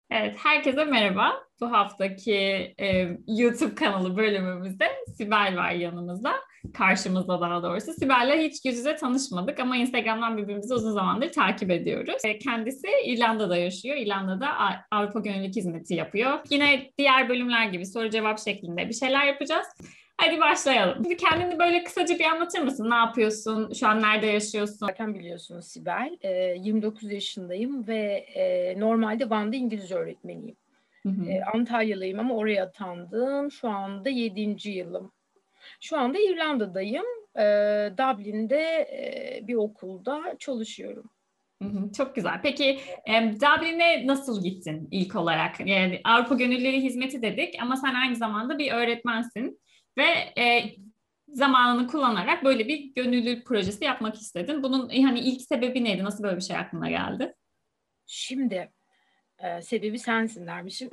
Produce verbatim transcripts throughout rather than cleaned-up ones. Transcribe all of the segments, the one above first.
Evet, herkese merhaba. Bu haftaki e, YouTube kanalı bölümümüzde Sibel var yanımızda. Karşımızda daha doğrusu. Sibel'le hiç yüz yüze tanışmadık ama Instagram'dan birbirimizi uzun zamandır takip ediyoruz. E, kendisi İrlanda'da yaşıyor. İrlanda'da A- Avrupa Gönüllülük Hizmeti yapıyor. Yine diğer bölümler gibi soru cevap şeklinde bir şeyler yapacağız. Hadi başlayalım. Şimdi kendini böyle kısaca bir anlatır mısın? Ne yapıyorsun? Şu an nerede yaşıyorsun? Zaten biliyorsunuz Sibel, e, yirmi dokuz yaşındayım ve e, normalde Van'da İngilizce öğretmeniyim. Hı hı. E, Antalyalıyım ama oraya atandım. Şu anda yedinci yılım. Şu anda İrlanda'dayım. E, Dublin'de e, bir okulda çalışıyorum. Hı hı, çok güzel. Peki e, Dublin'e nasıl gittin ilk olarak? Yani Avrupa Gönüllüleri Hizmeti dedik ama sen aynı zamanda bir öğretmensin ve e, zamanını kullanarak böyle bir gönüllülük projesi yapmak istedin. Bunun e, hani ilk sebebi neydi? Nasıl böyle bir şey aklına geldi? Şimdi e, sebebi sensin dermişim.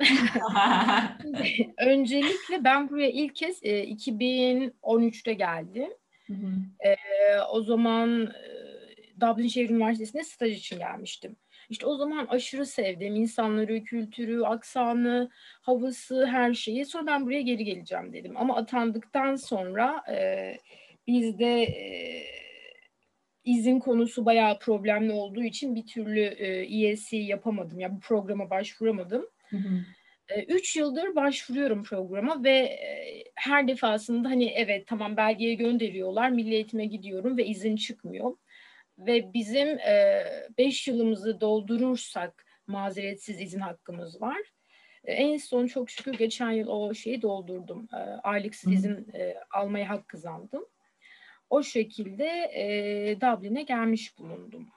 Öncelikle ben buraya ilk kez e, iki bin on üçte geldim. Hı hı. E, O zaman e, Dublin Şehir Üniversitesi'ne staj için gelmiştim. İşte o zaman aşırı sevdim insanları, kültürü, aksanı, havası, her şeyi. Sonra ben buraya geri geleceğim dedim. Ama atandıktan sonra e, bizde e, izin konusu bayağı problemli olduğu için bir türlü e, E S C yapamadım. Ya bu programa başvuramadım. Hı hı. E, Üç yıldır başvuruyorum programa ve e, her defasında hani evet tamam belgeye gönderiyorlar, milli eğitime gidiyorum ve izin çıkmıyor. Ve bizim e, beş yılımızı doldurursak mazeretsiz izin hakkımız var. E, en son çok şükür geçen yıl o şeyi doldurdum. E, aylıksız Hı hı. izin e, almaya hak kazandım. O şekilde e, Dublin'e gelmiş bulundum.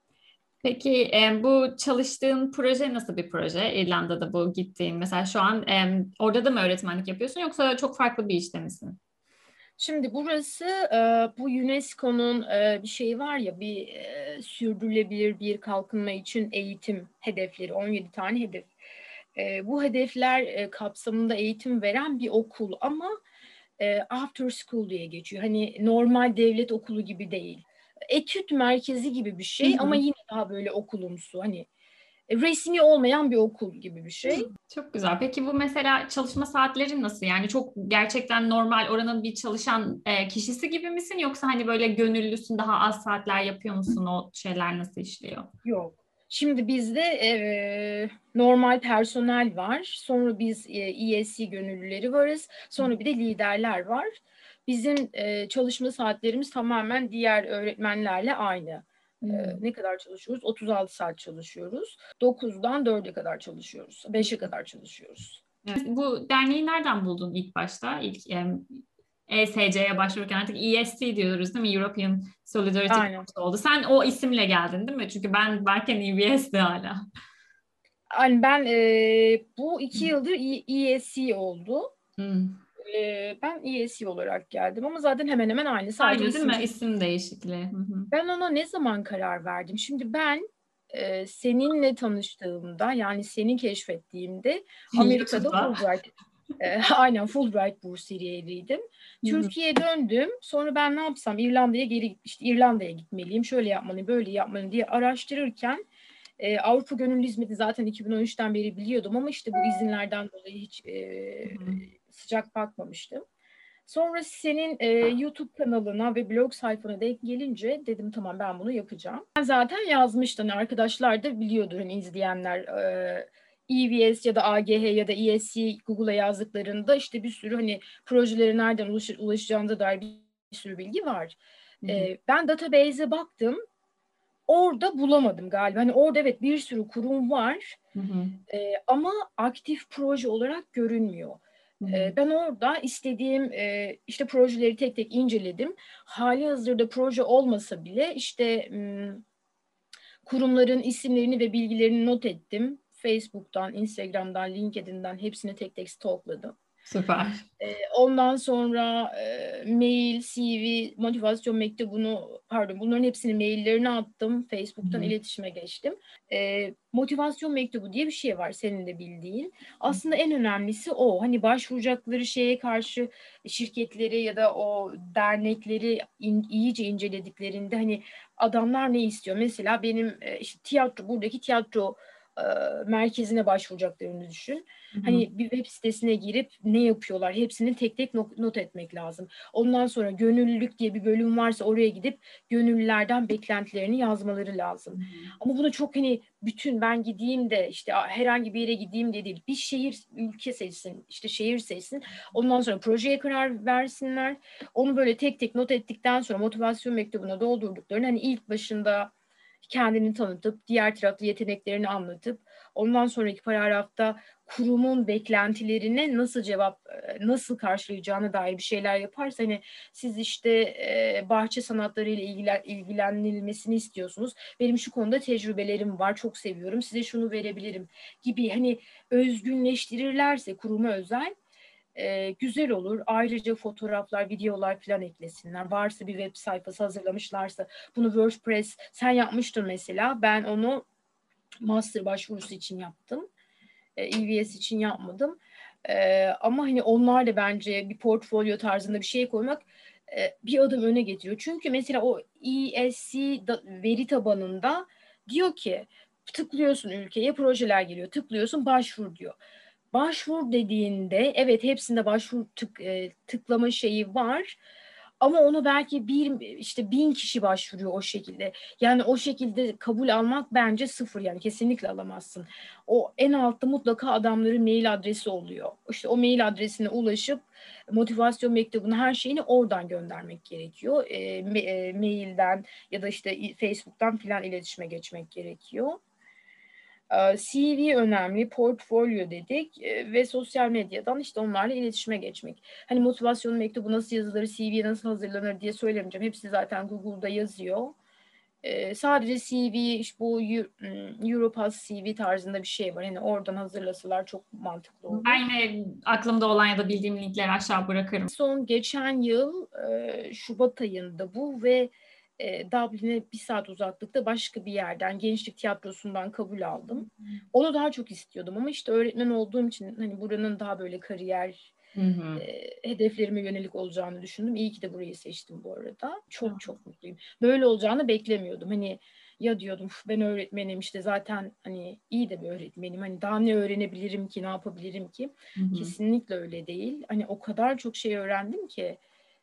Peki e, bu çalıştığın proje nasıl bir proje? İrlanda'da bu gittiğin mesela şu an e, orada da mı öğretmenlik yapıyorsun yoksa çok farklı bir işte misin? Şimdi burası e, bu UNESCO'nun e, bir şeyi var ya bir e, sürdürülebilir bir kalkınma için eğitim hedefleri on yedi tane hedef. E, bu hedefler e, kapsamında eğitim veren bir okul ama e, after school diye geçiyor. Hani normal devlet okulu gibi değil. Etüt merkezi gibi bir Hı şey ama hı. yine daha böyle okulumsu hani e, resmi olmayan bir okul gibi bir şey. Çok güzel. Peki bu mesela çalışma saatlerin nasıl? Yani çok gerçekten normal oranın bir çalışan e, kişisi gibi misin? Yoksa hani böyle gönüllüsün daha az saatler yapıyor musun? O şeyler nasıl işliyor? Yok. Şimdi bizde e, normal personel var. Sonra biz e, E S C gönüllüleri varız. Sonra bir de liderler var. Bizim e, çalışma saatlerimiz tamamen diğer öğretmenlerle aynı. E, Hmm. ne kadar çalışıyoruz? otuz altı saat çalışıyoruz. dokuzdan dörde kadar çalışıyoruz. beşe kadar çalışıyoruz. Evet. Bu derneği nereden buldun ilk başta? İlk em, E S C'ye başvururken artık E S C diyoruz değil mi? European Solidarity Aynen. Corps oldu. Sen o isimle geldin değil mi? Çünkü ben varken E B S'ti hala. Yani ben e, bu iki yıldır E S C oldu. Hmm. E, ben E S C olarak geldim ama zaten hemen hemen aynı. Sadece Aynı değil isim. mi? İsim değişikliği. Hı hı. Ben ona ne zaman karar verdim? Şimdi ben e, seninle tanıştığımda yani seni keşfettiğimde Amerika'da YouTube'da. Fulbright e, aynen Fulbright bursiyeriydim. Hı hı. Türkiye'ye döndüm. Sonra ben ne yapsam İrlanda'ya geri işte İrlanda'ya gitmeliyim. Şöyle yapmalıyım, böyle yapmalıyım diye araştırırken e, Avrupa Gönüllü Hizmeti zaten iki bin on üçten beri biliyordum ama işte bu izinlerden dolayı hiç Hı e, hı. sıcak bakmamıştım. Sonra senin e, YouTube kanalına ve blog sayfana denk gelince dedim tamam ben bunu yapacağım. Ben zaten yazmıştım. Hani arkadaşlar da biliyordur hani izleyenler e, E V S ya da A G H ya da E S C Google'a yazdıklarında işte bir sürü hani projelere nereden ulaş, ulaşacağınıza dair bir, bir sürü bilgi var. Hı hı. E, ben database'e baktım. Orada bulamadım galiba. Hani orada evet bir sürü kurum var. Hı hı. E, ama aktif proje olarak görünmüyor. Hı hı. E, ben orada istediğim e, işte projeleri tek tek inceledim. Hali hazırda proje olmasa bile işte m, kurumların isimlerini ve bilgilerini not ettim. Facebook'tan, Instagram'dan, LinkedIn'den hepsini tek tek stalkladım. Süper. E, ondan sonra e, mail, C V, motivasyon mektubunu, pardon bunların hepsini maillerini attım. Hı Facebook'tan hı. iletişime geçtim. E, motivasyon mektubu diye bir şey var senin de bildiğin. Aslında en önemlisi o. Hani başvuracakları şeye karşı şirketleri ya da o dernekleri in, iyice incelediklerinde hani adamlar ne istiyor? Mesela benim e, işte tiyatro, buradaki tiyatro e, merkezine başvuracaklarını düşün. Hı hı. Hani bir web sitesine girip ne yapıyorlar hepsini tek tek not, not etmek lazım. Ondan sonra gönüllülük diye bir bölüm varsa oraya gidip gönüllülerden beklentilerini yazmaları lazım. Hı hı. Ama bunu çok hani bütün ben gideyim de işte herhangi bir yere gideyim de değil. Bir şehir, ülke seçsin, işte şehir seçsin. Ondan sonra projeye karar versinler. Onu böyle tek tek not ettikten sonra motivasyon mektubuna doldurduklarını hani ilk başında kendini tanıtıp diğer tarafta yeteneklerini anlatıp ondan sonraki paragrafta kurumun beklentilerine nasıl cevap nasıl karşılayacağına dair bir şeyler yaparsa hani siz işte e, bahçe sanatlarıyla ilgilen, ilgilenilmesini istiyorsunuz. Benim şu konuda tecrübelerim var, çok seviyorum. Size şunu verebilirim gibi hani özgünleştirirlerse kuruma özel e, güzel olur. Ayrıca fotoğraflar, videolar falan eklesinler. Varsa bir web sayfası hazırlamışlarsa bunu WordPress sen yapmıştın mesela. Ben onu master başvurusu için yaptım. E, E V S için yapmadım. E, ama hani onlar da bence bir portfolyo tarzında bir şey koymak e, bir adım öne getiriyor. Çünkü mesela o E S C da, veri tabanında diyor ki tıklıyorsun ülkeye projeler geliyor. Tıklıyorsun başvur diyor. Başvur dediğinde evet hepsinde başvur tık, e, tıklama şeyi var. Ama onu belki bir işte bin kişi başvuruyor o şekilde. Yani o şekilde kabul almak bence sıfır yani kesinlikle alamazsın. O en altta mutlaka adamların mail adresi oluyor. İşte o mail adresine ulaşıp motivasyon mektubunu her şeyini oradan göndermek gerekiyor. E, e, mailden ya da işte Facebook'tan filan iletişime geçmek gerekiyor. C V önemli, portfolyo dedik ve sosyal medyadan işte onlarla iletişime geçmek. Hani motivasyon mektubu nasıl yazılır, C V nasıl hazırlanır diye söylemeyeceğim. Hepsi zaten Google'da yazıyor. Ee, sadece C V, işte bu Europass C V tarzında bir şey var. Hani oradan hazırlasalar çok mantıklı olur. Ben yine aklımda olan ya da bildiğim linkleri aşağı bırakırım. Son geçen yıl e, Şubat ayında bu ve e, Dublin'e bir saat uzaklıkta başka bir yerden Gençlik Tiyatrosu'ndan kabul aldım. Onu daha çok istiyordum ama işte öğretmen olduğum için hani buranın daha böyle kariyer Hı hı. e, hedeflerime yönelik olacağını düşündüm. İyi ki de burayı seçtim bu arada. Çok çok mutluyum. Böyle olacağını beklemiyordum. Hani ya diyordum ben öğretmenim işte zaten hani iyi de bir öğretmenim. Hani daha ne öğrenebilirim ki, ne yapabilirim ki? Hı hı. Kesinlikle öyle değil. Hani o kadar çok şey öğrendim ki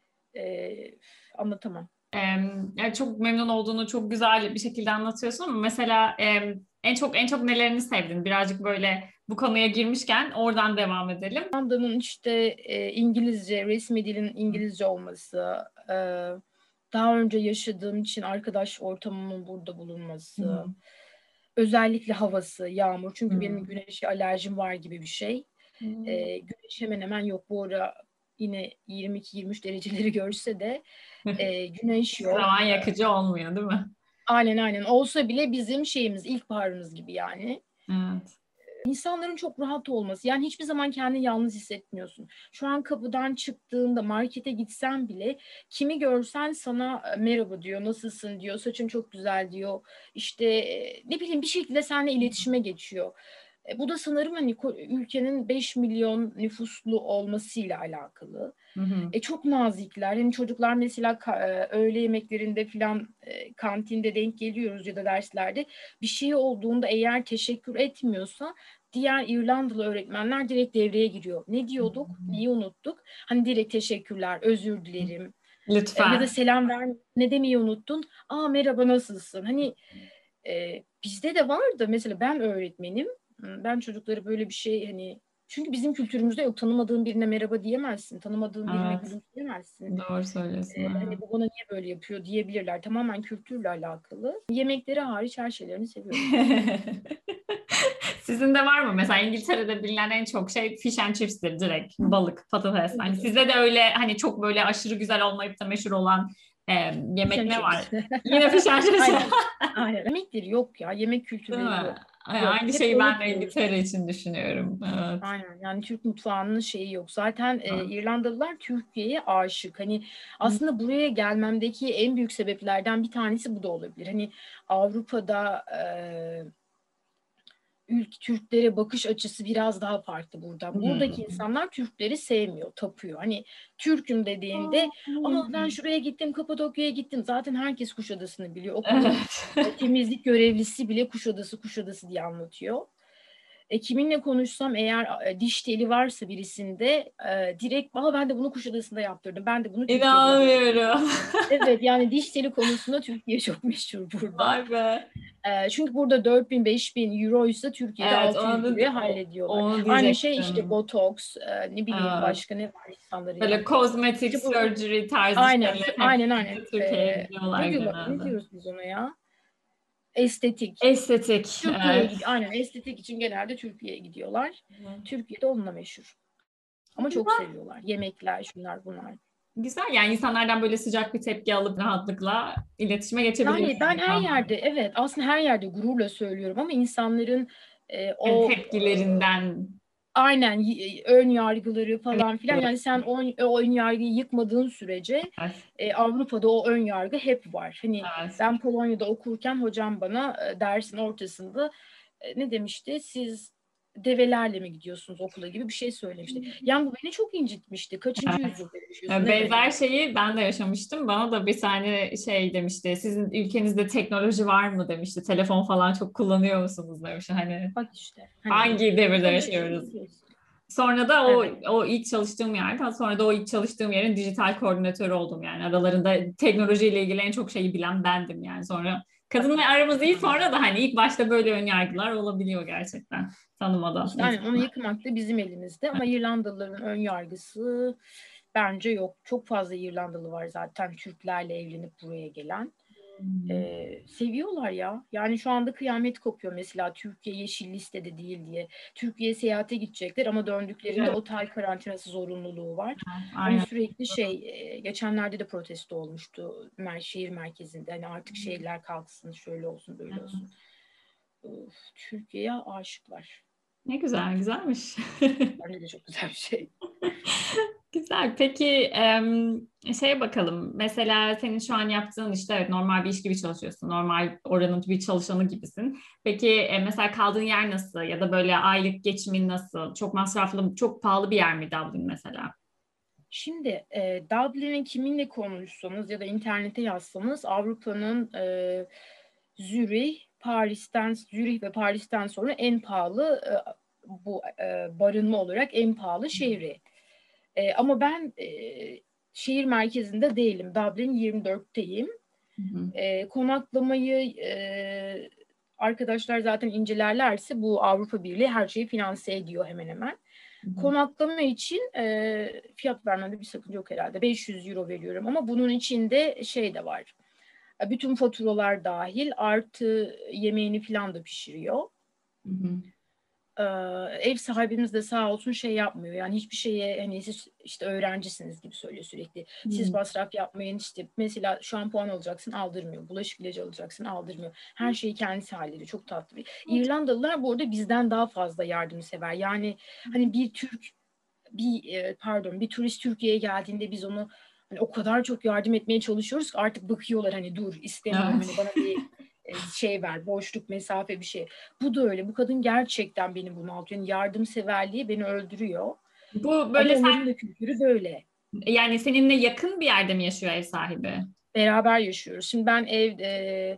e, anlatamam. Em, yani çok memnun olduğunu çok güzel bir şekilde anlatıyorsun ama mesela em, en çok en çok nelerini sevdin? Birazcık böyle bu konuya girmişken oradan devam edelim. Hollanda'nın işte e, İngilizce, resmi dilin İngilizce olması, e, daha önce yaşadığım için arkadaş ortamımın burada Hı hı. bulunması, özellikle havası, yağmur. Hı Çünkü hı. benim güneşe alerjim var gibi bir şey. E, güneş hemen hemen yok. Bu ara yine yirmi iki yirmi üç dereceleri görse de e, güneş Hiçbir zaman yok. yakıcı olmuyor, değil mi? Aynen aynen. Olsa bile bizim şeyimiz, ilkbaharımız gibi yani. Evet. İnsanların çok rahat olması. Yani hiçbir zaman kendini yalnız hissetmiyorsun. Şu an kapıdan çıktığında markete gitsen bile kimi görsen sana e, merhaba diyor, nasılsın diyor, saçın çok güzel diyor. İşte e, ne bileyim bir şekilde seninle iletişime geçiyor. E, bu da sanırım hani ülkenin beş milyon nüfuslu olmasıyla alakalı. Hı hı. E, çok nazikler. Hani çocuklar mesela ka- e, öğle yemeklerinde falan e, kantinde denk geliyoruz ya da derslerde bir şey olduğunda eğer teşekkür etmiyorsa diğer İrlandalı öğretmenler direkt devreye giriyor. Ne diyorduk? Neyi unuttuk? Hani direkt teşekkürler, özür dilerim. E, ya da Lütfen. selam ver, ne demeyi unuttun? Aa merhaba nasılsın? Hani e, bizde de vardı. Mesela ben öğretmenim. Ben çocukları böyle bir şey hani çünkü bizim kültürümüzde yok. Tanımadığın birine merhaba diyemezsin. Tanımadığın birine Evet. gülümseyemezsin. Doğru söylüyorsun. E, hani bu bana niye böyle yapıyor diyebilirler. Tamamen kültürle alakalı. Yemekleri hariç her şeylerini seviyorum. Evet. Sizin de var mı? Mesela İngiltere'de bilinen en çok şey fish and chips'tir direkt. Balık, patates. Hani sizde de öyle hani çok böyle aşırı güzel olmayıp da meşhur olan e, Fish yemek and ne var? chips. Yine fish and chips. Aynen. Aynen. Yemekleri yok ya. Yemek Değil kültürleri mi? yok. Ay, Yok. aynı Hep şeyi ben balık de yiyoruz. İngiltere için düşünüyorum. Evet. Aynen. Yani Türk mutfağının şeyi yok. Zaten e, Evet. İrlandalılar Türkiye'ye aşık. Hani aslında buraya gelmemdeki en büyük sebeplerden bir tanesi bu da olabilir. Hani Avrupa'da e, ülke Türklere bakış açısı biraz daha farklı buradan. Buradaki Hmm. insanlar Türkleri sevmiyor, tapıyor. Hani Türk'üm dediğinde ama ben Hmm. şuraya gittim, Kapadokya'ya gittim. Zaten herkes Kuşadası'nı biliyor. Okulun Evet. e, temizlik görevlisi bile Kuşadası, Kuşadası diye anlatıyor. E, kiminle konuşsam eğer e, diş teli varsa birisinde e, direkt Aa, ben de bunu Kuşadası'nda yaptırdım. Ben de bunu Türkiye'de yaptırdım. İnanmıyorum. Evet yani diş teli konusunda Türkiye çok meşhur burada. Vay be. E, çünkü burada dört bin beş bin euroysa Türkiye'de Evet, altı yüz onu, euroya o- hallediyorlar. onu Aynı şey işte diyecektim. botoks, e, ne bileyim Evet. başka ne var insanların Böyle yaptığı. kozmetik İşte bu surgery tarzı aynen şeyler hep aynen aynen. Türkiye'ye E, gidiyorlar ne diyorlar ne genelde. diyoruz biz ona ya? Estetik. Estetik, Türkiye'ye evet. gidiyor. Aynen estetik için genelde Türkiye'ye gidiyorlar. Hı. Türkiye'de onunla meşhur. Ama çok Güzel. seviyorlar. Yemekler, şunlar bunlar. Güzel. Yani insanlardan böyle sıcak bir tepki alıp rahatlıkla iletişime Yani geçebiliyorsun. ben her yerde evet aslında her yerde gururla söylüyorum ama insanların e, Yani o tepkilerinden. aynen y- ön yargıları Hani, falan filan yani sen o, o ön yargıyı yıkmadığın sürece evet, e, Avrupa'da o ön yargı hep var. Hani evet. ben Polonya'da okurken hocam bana e, dersin ortasında e, ne demişti? Siz develerle mi gidiyorsunuz okula gibi bir şey söylemişti. Yani bu beni çok incitmişti. Kaçıncı Evet. yüzyılda yaşıyorsun? Ya, Ne demek? benzer şeyi ben de yaşamıştım. Bana da bir tane şey demişti. Sizin ülkenizde teknoloji var mı demişti. Telefon falan çok kullanıyor musunuz demişti. Hani Bak işte hani hangi devirde böyle şeyleri yaşıyoruz? biliyorsun. Sonra da o Evet. o ilk çalıştığım yerden sonra da o ilk çalıştığım yerin dijital koordinatörü oldum yani. Aralarında teknolojiyle ilgili en çok şeyi bilen bendim yani. Sonra Bak kadınla işte. aramız iyi, Aynen. sonra da hani ilk başta böyle ön yargılar olabiliyor gerçekten tanımadan İşte aynen onu insanlar. yıkmak da bizim elimizde ama İrlandalıların ön yargısı bence yok. Çok fazla İrlandalı var zaten Türklerle evlenip buraya gelen. Hmm. Ee, seviyorlar ya. Yani şu anda kıyamet kopuyor mesela Türkiye yeşil listede değil diye. Türkiye'ye seyahate gidecekler ama döndüklerinde Evet, otel karantinası zorunluluğu var. Hani aynen. sürekli şey e, geçenlerde de protesto olmuştu mer şehir merkezinde. Hani artık şehirler kalksın şöyle olsun böyle olsun. Of, Türkiye'ye aşıklar. Ne güzel, güzelmiş. Bence de çok güzel bir şey. Güzel. Peki em, şeye bakalım. Mesela senin şu an yaptığın işte evet normal bir iş gibi çalışıyorsun. Normal oranın bir çalışanı gibisin. Peki e, mesela kaldığın yer nasıl? Ya da böyle aylık geçimin nasıl? Çok masraflı, çok pahalı bir yer mi Dublin mesela? Şimdi e, Dublin'in kiminle konuşsanız ya da internete yazsanız Avrupa'nın e, Zürih, Paris'ten Zürih ve Paris'ten sonra en pahalı e, bu e, barınma olarak en pahalı şehri. E, ama ben e, şehir merkezinde değilim. Dublin yirmi dörtteyim. Hı hı. E, konaklamayı e, arkadaşlar zaten incelerlerse bu Avrupa Birliği her şeyi finanse ediyor hemen hemen. Hı hı. Konaklama için e, fiyat vermemde bir sakınca yok herhalde. beş yüz euro veriyorum ama bunun içinde şey de var. Bütün faturalar dahil artı yemeğini falan da pişiriyor. Hı hı. Ee, ev sahibimiz de sağ olsun şey yapmıyor. Yani hiçbir şeye hani siz işte öğrencisiniz gibi söylüyor sürekli. Siz Hı. masraf yapmayın işte mesela şampuan alacaksın aldırmıyor. Bulaşık ilacı alacaksın aldırmıyor. Her şeyi kendisi hallediyor. Çok tatlı bir. İrlandalılar bu arada bizden daha fazla yardımsever. Yani hani bir Türk bir e, pardon bir turist Türkiye'ye geldiğinde biz onu hani o kadar çok yardım etmeye çalışıyoruz ki artık bakıyorlar hani dur istemiyorum Evet. hani bana bir e, şey ver boşluk mesafe bir şey. Bu da öyle. Bu kadın gerçekten beni bunaltıyor. Yani yardımseverliği beni öldürüyor. Bu Ama böyle onların sen da kültürü böyle. yani seninle yakın bir yerde mi yaşıyor ev sahibi? Beraber yaşıyoruz. Şimdi ben ev e,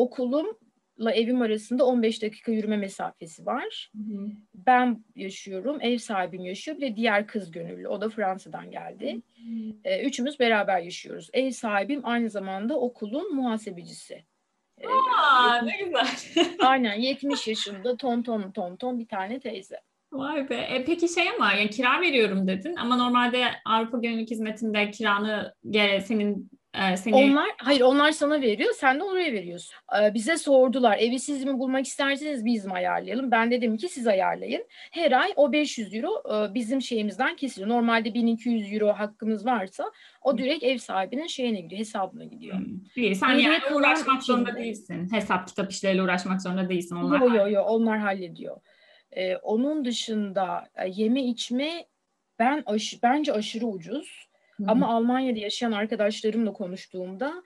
okulumla evim arasında on beş dakika yürüme mesafesi var. Hı hı. Ben yaşıyorum, ev sahibim yaşıyor. Bir de diğer kız gönüllü. O da Fransa'dan geldi. E, üçümüz beraber yaşıyoruz. Ev sahibim aynı zamanda okulun muhasebecisi. E, Aa, yetmiş, ne güzel. aynen yetmiş yaşında ton ton ton ton bir tane teyze. Vay be. E, peki şey ama yani kira veriyorum dedin ama normalde Avrupa Gönüllülük Hizmeti'nde kiranı gere senin e, seni Onlar, hayır onlar sana veriyor, sen de oraya veriyorsun. Ee, bize sordular, evi siz mi bulmak isterseniz biz mi ayarlayalım? Ben dedim ki siz ayarlayın. Her ay o beş yüz euro e, bizim şeyimizden kesiliyor. Normalde bin iki yüz euro hakkımız varsa o direkt ev sahibinin şeyine gidiyor, hesabına gidiyor. hmm, değil. Sen Geriye yani kalan uğraşmak zorunda içinde, değilsin. Hesap kitap işleriyle uğraşmak zorunda değilsin. Onlar. yo yo yo onlar hallediyor. Ee, onun dışında e, yeme içme ben aş bence aşırı ucuz. Hı hı. Ama Almanya'da yaşayan arkadaşlarımla konuştuğumda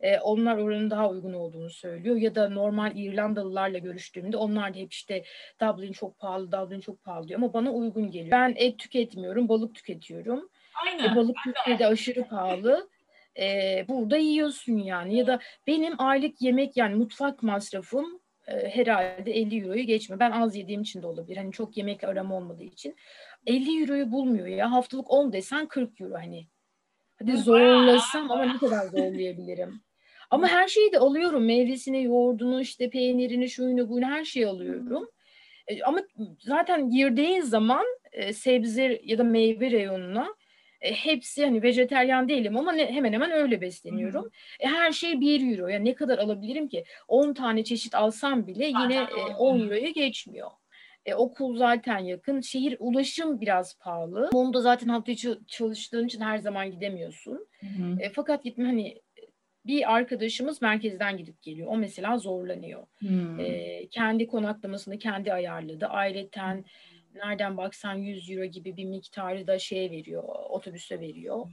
E, onlar oranın daha uygun olduğunu söylüyor. Ya da normal İrlandalılarla görüştüğümde onlar da hep işte Dublin çok pahalı, Dublin çok pahalı diyor ama bana uygun geliyor. Ben et tüketmiyorum, balık tüketiyorum. E, Aynı. balık Türkiye'de aşırı pahalı. E, burada yiyorsun yani. Ya da benim aylık yemek yani mutfak masrafım e, herhalde elli euroyu geçmiyor. Ben az yediğim için de olabilir. Hani çok yemek aram olmadığı için. elli euroyu bulmuyor ya. Haftalık on desen kırk euro hani. Hadi Hı, bayağı. zorlasam ama ne kadar zorlayabilirim? Ama her şeyi de alıyorum. Meyvesini, yoğurdunu, işte peynirini, şuyunu, bunu her şeyi alıyorum. E, ama zaten girdiğin zaman e, sebze ya da meyve reyonuna e, hepsi hani vejeteryan değilim ama ne, hemen hemen öyle Hı hı. besleniyorum. E, her şey bir euro. Yani ne kadar alabilirim ki? on tane çeşit alsam bile yine Zaten e, o. on euroya geçmiyor. E, okul zaten yakın. Şehir ulaşım biraz pahalı. Onu da zaten hafta içi çalıştığın için her zaman gidemiyorsun. Hı hı. E, fakat gitme hani bir arkadaşımız merkezden gidip geliyor. O mesela zorlanıyor. Hmm. E, kendi konaklamasını kendi ayarladı. Ayrıca nereden baksan yüz euro gibi bir miktarı da şeye veriyor, otobüse veriyor.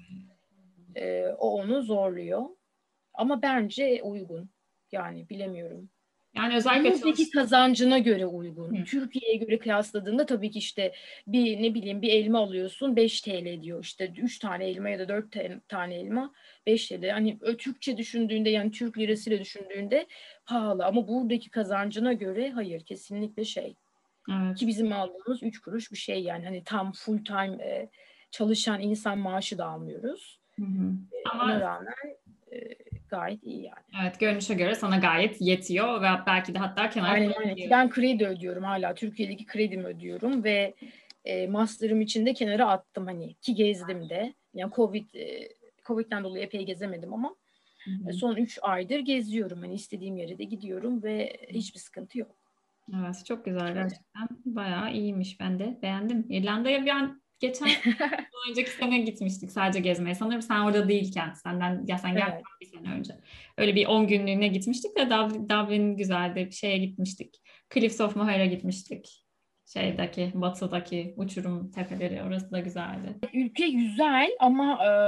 E, o onu zorluyor. Ama bence uygun. Yani bilemiyorum. Yani özellikle Buradaki çalıştığım. kazancına göre uygun. Hı. Türkiye'ye göre kıyasladığında tabii ki işte bir ne bileyim bir elma alıyorsun beş T L diyor. İşte üç tane elma ya da dört tane elma beş T L. Hani ö- Türkçe düşündüğünde yani Türk lirasıyla düşündüğünde pahalı ama buradaki kazancına göre hayır kesinlikle şey. Ki Evet. bizim aldığımız üç kuruş bir şey yani hani tam full time e, çalışan insan maaşı da almıyoruz. Hı hı. E, ona Ama rağmen e, gayet iyi yani. evet, görünüşe göre sana gayet yetiyor ve belki de hatta kenara Aynen aynen. Ki ben koyabiliyorsun. kredi ödüyorum hala. Türkiye'deki kredimi ödüyorum ve e, master'ım için de kenara attım hani ki gezdim de. Yani Covid e, Covid'den dolayı epey gezemedim ama Hı e, hı. son üç aydır geziyorum. Hani istediğim yere de gidiyorum ve hiçbir sıkıntı yok. Evet, çok güzel Öyle. gerçekten. Bayağı iyiymiş, ben de beğendim. İrlanda'ya bir an geçen sene, önceki sene gitmiştik sadece gezmeye. Sanırım sen orada değilken, senden ya sen gelmeden Evet. bir sene önce. Öyle bir on günlüğüne gitmiştik de Dublin, Dublin güzeldi. Bir şeye gitmiştik. Cliffs of Moher'e gitmiştik. Şeydeki, batıdaki uçurum tepeleri, orası da güzeldi. Ülke güzel ama e,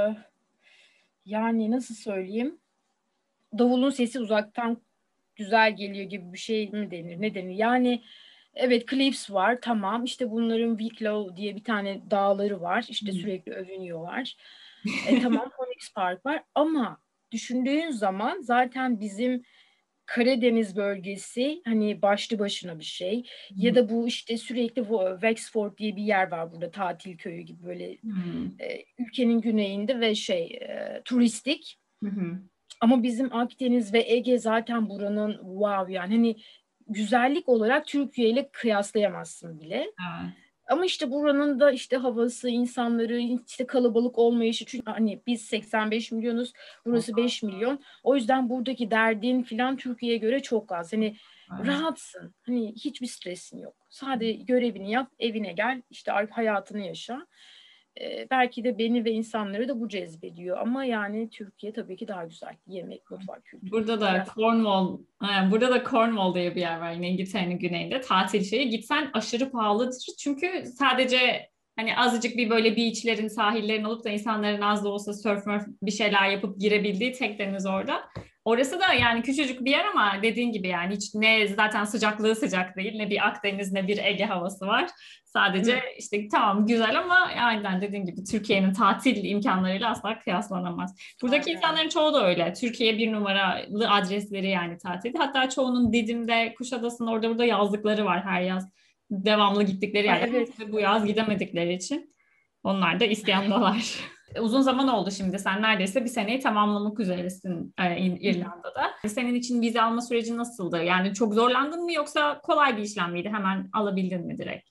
yani nasıl söyleyeyim? Davulun sesi uzaktan güzel geliyor gibi bir şey mi denir? Ne denir? Yani evet Cliffs var tamam. İşte bunların Wicklow diye bir tane dağları var. İşte Hmm. sürekli övünüyorlar. E, tamam Phoenix Park var ama düşündüğün zaman zaten bizim Karadeniz bölgesi hani başlı başına bir şey. Ya da bu işte sürekli bu Wexford diye bir yer var burada tatil köyü gibi böyle Hmm. e, ülkenin güneyinde ve şey e, turistik. Hı hı. Ama bizim Akdeniz ve Ege zaten buranın wow yani hani güzellik olarak Türkiye ile kıyaslayamazsın bile. Evet. Ama işte buranın da işte havası, insanları, işte kalabalık olmayışı. Çünkü hani biz seksen beş milyonuz, burası beş milyon. O yüzden buradaki derdin filan Türkiye'ye göre çok az. Hani Evet. rahatsın. Hani hiçbir stresin yok. Sadece görevini yap, evine gel, işte hayatını yaşa. Ee, belki de beni ve insanları da bu cezbediyor. Ama yani Türkiye tabii ki daha güzel. Yemek, mutfak kültürü. Burada da Kıyas. Cornwall, ha, burada da Cornwall diye bir yer var yine İngiltere'nin güneyinde. Tatil şeyi. Gitsen aşırı pahalıdır. Çünkü sadece hani azıcık bir böyle beachlerin, sahillerin olup da insanların az da olsa surf murf bir şeyler yapıp girebildiği tek deniz orada. Orası da yani küçücük bir yer ama dediğin gibi yani hiç ne zaten sıcaklığı sıcak değil, ne bir Akdeniz ne bir Ege havası var. Değil Sadece mi? işte tamam güzel ama aynen dediğin gibi Türkiye'nin tatil imkanlarıyla asla kıyaslanamaz. Buradaki Aynen. insanların çoğu da öyle. Türkiye bir numaralı adresleri yani tatilde. Hatta çoğunun Didim'de, Kuşadası'nda orada burada yazlıkları var her yaz. Devamlı gittikleri Ay, yerler. evet. Ve bu yaz gidemedikleri için onlar da isyandalar. Uzun zaman oldu şimdi. Sen neredeyse bir seneyi tamamlamak üzeresin e, İrlanda'da. Senin için vize alma süreci nasıldı? Yani çok zorlandın mı yoksa kolay bir işlem miydi? Hemen alabildin mi direkt?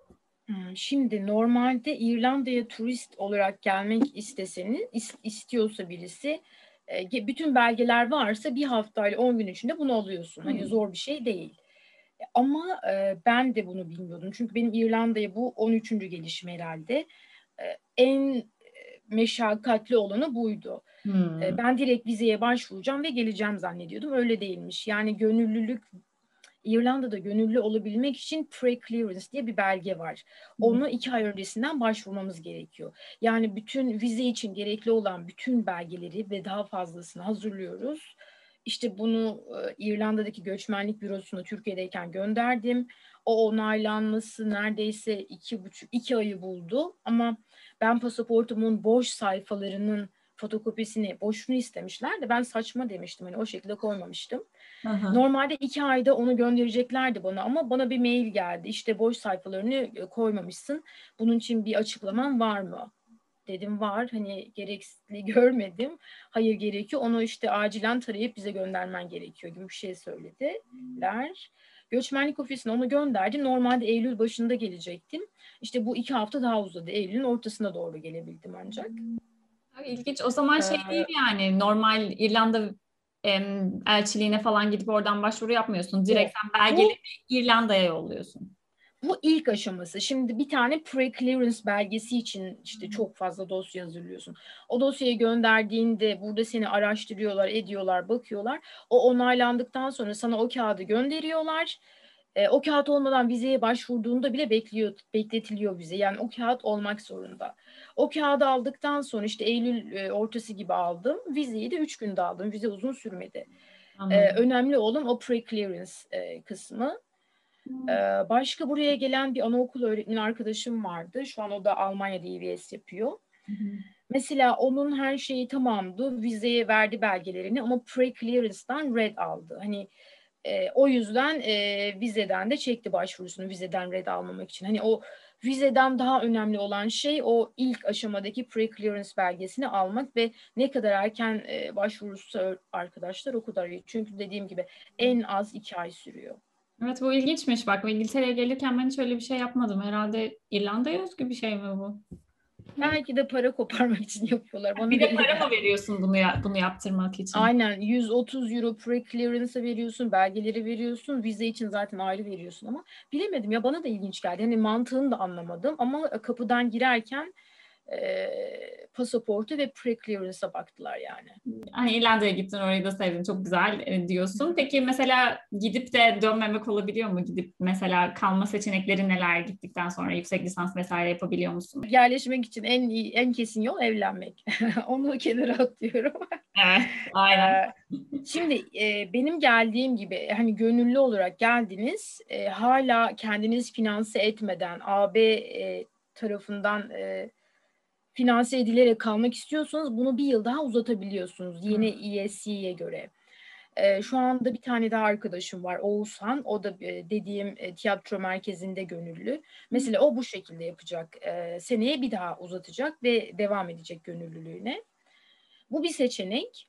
Hmm, Şimdi normalde İrlanda'ya turist olarak gelmek isteseniz, is- istiyorsa birisi, e, ge- bütün belgeler varsa bir haftayla on gün içinde bunu alıyorsun. Hani Hmm. zor bir şey değil. E, Ama e, ben de bunu bilmiyordum. Çünkü benim İrlanda'ya bu on üçüncü gelişim herhalde. E, en e, meşakkatli olanı buydu. E, Hmm. ben direkt vizeye başvuracağım ve geleceğim zannediyordum. Öyle değilmiş. Yani gönüllülük İrlanda'da gönüllü olabilmek için pre-clearance diye bir belge var. Onu iki ay öncesinden başvurmamız gerekiyor. Yani bütün vize için gerekli olan bütün belgeleri ve daha fazlasını hazırlıyoruz. İşte bunu e, İrlanda'daki göçmenlik bürosuna Türkiye'deyken gönderdim. O onaylanması neredeyse iki buçuk, iki ayı buldu. Ama ben pasaportumun boş sayfalarının fotokopisini boşunu istemişler de ben saçma demiştim. Hani o şekilde koymamıştım. Aha. Normalde iki ayda onu göndereceklerdi bana ama bana bir mail geldi. İşte boş sayfalarını koymamışsın. Bunun için bir açıklaman var mı? Dedim var. Hani gerekli görmedim. Hayır gerekiyor. Onu işte acilen tarayıp bize göndermen gerekiyor gibi bir şey söylediler. Göçmenlik ofisine onu gönderdim. Normalde Eylül başında gelecektim. İşte bu iki hafta daha uzadı. Eylül'ün ortasına doğru gelebildim ancak. İlginç. O zaman şey değil Ee, yani normal İrlanda em, elçiliğine falan gidip oradan başvuru yapmıyorsun. Direkt yok. sen belgeleri Bu İrlanda'ya yolluyorsun. Bu ilk aşaması. Şimdi bir tane pre-clearance belgesi için işte çok fazla dosya hazırlıyorsun. O dosyayı gönderdiğinde burada seni araştırıyorlar, ediyorlar, bakıyorlar. O onaylandıktan sonra sana o kağıdı gönderiyorlar. E, o kağıt olmadan vizeye başvurduğunda bile bekliyor, bekletiliyor vize. Yani o kağıt olmak zorunda. O kağıdı aldıktan sonra işte Eylül e, ortası gibi aldım. Vizeyi de üç günde aldım. Vize uzun sürmedi. E, Anladım. önemli olan o pre-clearance e, kısmı. Ee, başka buraya gelen bir anaokul öğretmeni arkadaşım vardı. Şu an o da Almanya'da E V S yapıyor. Hı hı. Mesela onun her şeyi tamamdı. Vizeye verdi belgelerini ama pre-clearance'dan red aldı. Hani e, o yüzden e, vizeden de çekti başvurusunu vizeden red almamak için. Hani o vizeden daha önemli olan şey o ilk aşamadaki pre-clearance belgesini almak ve ne kadar erken e, başvurursa arkadaşlar o kadar iyi. Çünkü dediğim gibi en az iki ay sürüyor. Evet bu ilginçmiş. Bak İngiltere'ye gelirken ben hiç öyle bir şey yapmadım. Herhalde İrlanda'ya özgü bir şey mi bu? Belki de para koparmak için yapıyorlar. Bana Bir de öyle para mı geldi. veriyorsun bunu ya, bunu yaptırmak için? Aynen yüz otuz euro pre-clearance'a veriyorsun, belgeleri veriyorsun, vize için zaten ayrı veriyorsun ama bilemedim ya bana da ilginç geldi. Hani mantığını da anlamadım ama kapıdan girerken e, pasaportu ve pre-clearance'a baktılar yani. Hani İrlanda'ya gittin orayı da sevdin çok güzel e, diyorsun. Peki mesela gidip de dönmemek olabiliyor mu? Gidip mesela kalma seçenekleri neler gittikten sonra yüksek lisans vesaire yapabiliyor musun? Yerleşmek için en iyi, en kesin yol evlenmek. Onu kenara atıyorum. Evet, aynen. Ee, Şimdi e, benim geldiğim gibi hani gönüllü olarak geldiniz, e, hala kendiniz finanse etmeden A B e, tarafından e, finanse edilerek kalmak istiyorsanız bunu bir yıl daha uzatabiliyorsunuz yeni E S C'ye göre. E, şu anda bir tane daha arkadaşım var Oğuzhan, o da e, dediğim e, tiyatro merkezinde gönüllü. Mesela o bu şekilde yapacak, e, seneye bir daha uzatacak ve devam edecek gönüllülüğüne. Bu bir seçenek.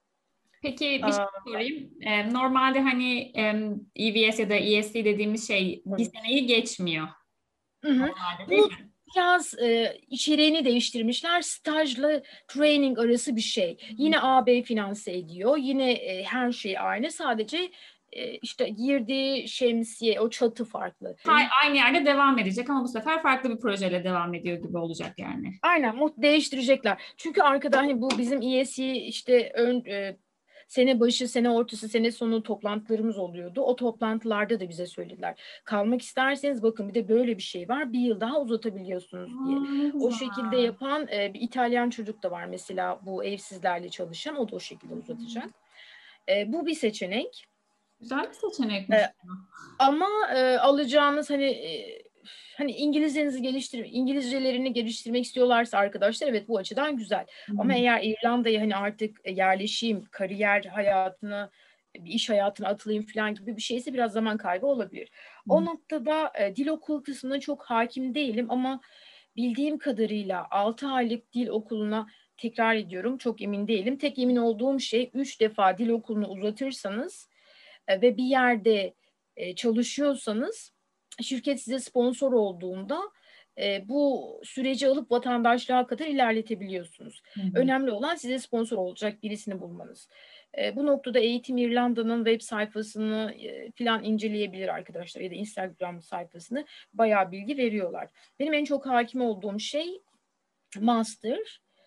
Peki bir şey Aa, sorayım. Ee, normalde hani em, E V S ya da E S C dediğimiz şey bir seneyi geçmiyor Hı hı. normalde değil Bu mi? biraz e, içeriğini değiştirmişler. Stajla training arası bir şey. Yine A B finanse ediyor. Yine e, her şey aynı. Sadece e, işte girdiği şemsiye, o çatı farklı. Ha- Aynı yerde devam edecek ama bu sefer farklı bir projeyle devam ediyor gibi olacak yani. Aynen mu- değiştirecekler. Çünkü arkada hani bu bizim E S E işte ön, e, sene başı, sene ortası, sene sonu toplantılarımız oluyordu. O toplantılarda da bize söylediler. Kalmak isterseniz bakın bir de böyle bir şey var. Bir yıl daha uzatabiliyorsunuz diye. Aa, ne O güzel. şekilde yapan e, bir İtalyan çocuk da var mesela bu evsizlerle çalışan. O da o şekilde uzatacak. E, bu bir seçenek. Güzel bir seçenekmiş. E, Ama e, alacağınız hani e, hani İngilizcenizi geliştir İngilizcelerini geliştirmek istiyorlarsa arkadaşlar evet bu açıdan güzel. Hı Ama hı. eğer İrlanda'ya hani artık e, yerleşeyim, kariyer hayatına, bir iş hayatına atılayım falan gibi bir şeyse biraz zaman kaybı olabilir. O noktada e, dil okulu kısmına çok hakim değilim ama bildiğim kadarıyla altı aylık dil okuluna tekrar ediyorum çok emin değilim. Tek emin olduğum şey üç defa dil okulunu uzatırsanız e, ve bir yerde e, çalışıyorsanız şirket size sponsor olduğunda e, bu süreci alıp vatandaşlığa kadar ilerletebiliyorsunuz. Hı hı. Önemli olan size sponsor olacak birisini bulmanız. E, bu noktada Eğitim İrlanda'nın web sayfasını e, falan inceleyebilir arkadaşlar ya da Instagram sayfasını bayağı bilgi veriyorlar. Benim en çok hakim olduğum şey master.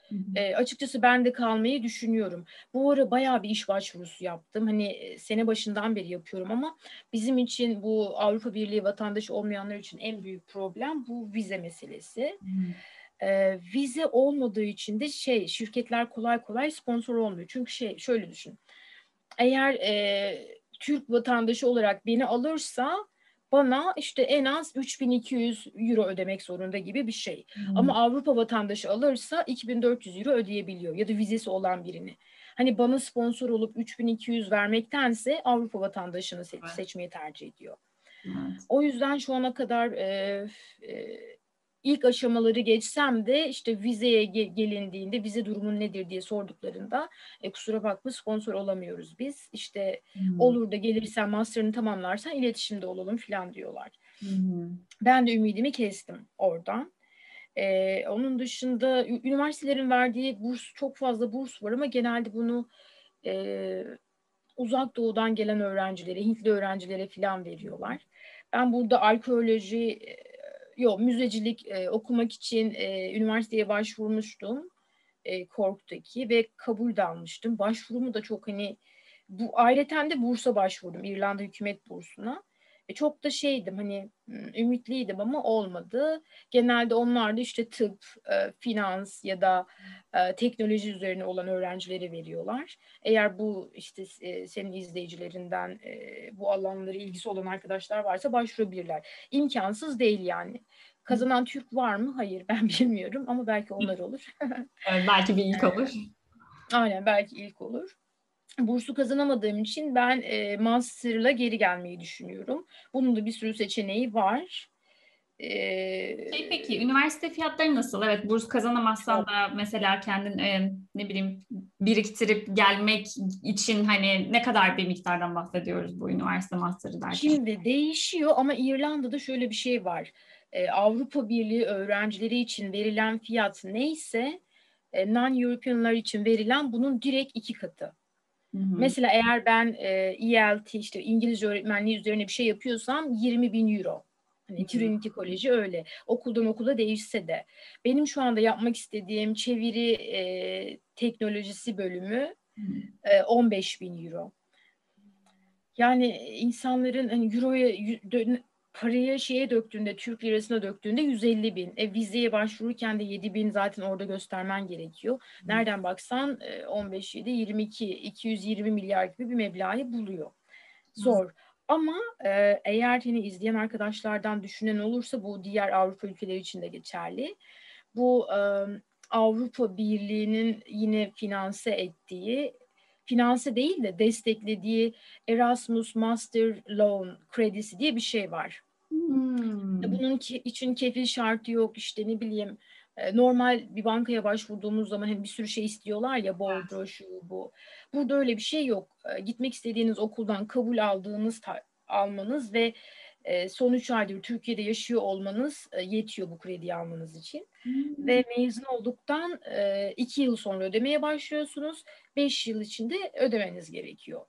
Hı hı. E, açıkçası ben de kalmayı düşünüyorum. Bu ara bayağı bir iş başvurusu yaptım. Hani e, sene başından beri yapıyorum ama bizim için, bu Avrupa Birliği vatandaşı olmayanlar için en büyük problem bu vize meselesi. Hı. E, vize olmadığı için de şey, şirketler kolay kolay sponsor olmuyor. Çünkü şey, şöyle düşün. Eğer e, Türk vatandaşı olarak beni alırsa bana işte en az üç bin iki yüz euro ödemek zorunda gibi bir şey. Hı. Ama Avrupa vatandaşı alırsa iki bin dört yüz euro ödeyebiliyor ya da vizesi olan birini. Hani bana sponsor olup üç bin iki yüz vermektense Avrupa vatandaşını se- Evet. seçmeyi tercih ediyor. Evet. O yüzden şu ana kadar e, e, ilk aşamaları geçsem de işte vizeye ge- gelindiğinde vize durumun nedir diye sorduklarında e, kusura bakma sponsor olamıyoruz biz. İşte Hı. olur da gelirsen master'ını tamamlarsan iletişimde olalım falan diyorlar. Hı hı. Ben de ümidimi kestim oradan. Ee, onun dışında ü- üniversitelerin verdiği burs, çok fazla burs var ama genelde bunu e, uzak doğudan gelen öğrencilere, Hintli öğrencilere falan veriyorlar. Ben burada arkeoloji, e, yok müzecilik e, okumak için e, üniversiteye başvurmuştum. E, Cork'taki ve kabul de almıştım. Başvurumu da çok hani bu ayrıca de bursa başvurdum, İrlanda hükümet bursuna. E, çok da şeydim hani ümitliydim ama olmadı. Genelde onlar da işte tıp, e, finans ya da e, teknoloji üzerine olan öğrencilere veriyorlar. Eğer bu işte e, senin izleyicilerinden e, bu alanlara ilgisi olan arkadaşlar varsa başvurabilirler. İmkansız değil yani. Kazanan Türk var mı? Hayır, ben bilmiyorum ama belki onlar olur. Evet, belki bir ilk olur. Aynen, belki ilk olur. Bursu kazanamadığım için ben e, master'la geri gelmeyi düşünüyorum. Bunun da bir sürü seçeneği var. E, Şey, peki üniversite fiyatları nasıl? Evet, burs kazanamazsan çok. da mesela kendin e, ne bileyim biriktirip gelmek için hani ne kadar bir miktardan bahsediyoruz bu üniversite master'ı derken? Şimdi değişiyor ama İrlanda'da şöyle bir şey var. E, Avrupa Birliği öğrencileri için verilen fiyat neyse e, non-Europeanlar için verilen bunun direkt iki katı. Hı hı. Mesela eğer ben e, E L T işte İngilizce öğretmenliği üzerine bir şey yapıyorsam yirmi bin euro. Hı Hani hı. Trinity Koleji öyle. Okuldan okula değişse de. Benim şu anda yapmak istediğim çeviri e, teknolojisi bölümü e, on beş bin euro. Yani insanların hani euroya yü- dön- paraya şeye döktüğünde, Türk lirasına döktüğünde yüz elli bin. E, vizeye başvururken de yedi bin zaten orada göstermen gerekiyor. Nereden baksan e, on beş yedi yirmi iki iki yüz yirmi milyar gibi bir meblağı buluyor. Hı. Zor. Ama e, eğer yine izleyen arkadaşlardan düşünen olursa bu diğer Avrupa ülkeleri için de geçerli. Bu e, Avrupa Birliği'nin yine finanse ettiği, finanse değil de desteklediği Erasmus Master Loan kredisi diye bir şey var. Hmm. Bunun ki, için kefil şartı yok, işte ne bileyim e, normal bir bankaya başvurduğumuz zaman hani bir sürü şey istiyorlar ya, bordro şu bu. Burada öyle bir şey yok. E, Gitmek istediğiniz okuldan kabul aldığınız ta- almanız ve e, son üç aydır Türkiye'de yaşıyor olmanız e, yetiyor bu krediyi almanız için. Hmm. Ve mezun olduktan e, iki yıl sonra ödemeye başlıyorsunuz. Beş yıl içinde ödemeniz gerekiyor.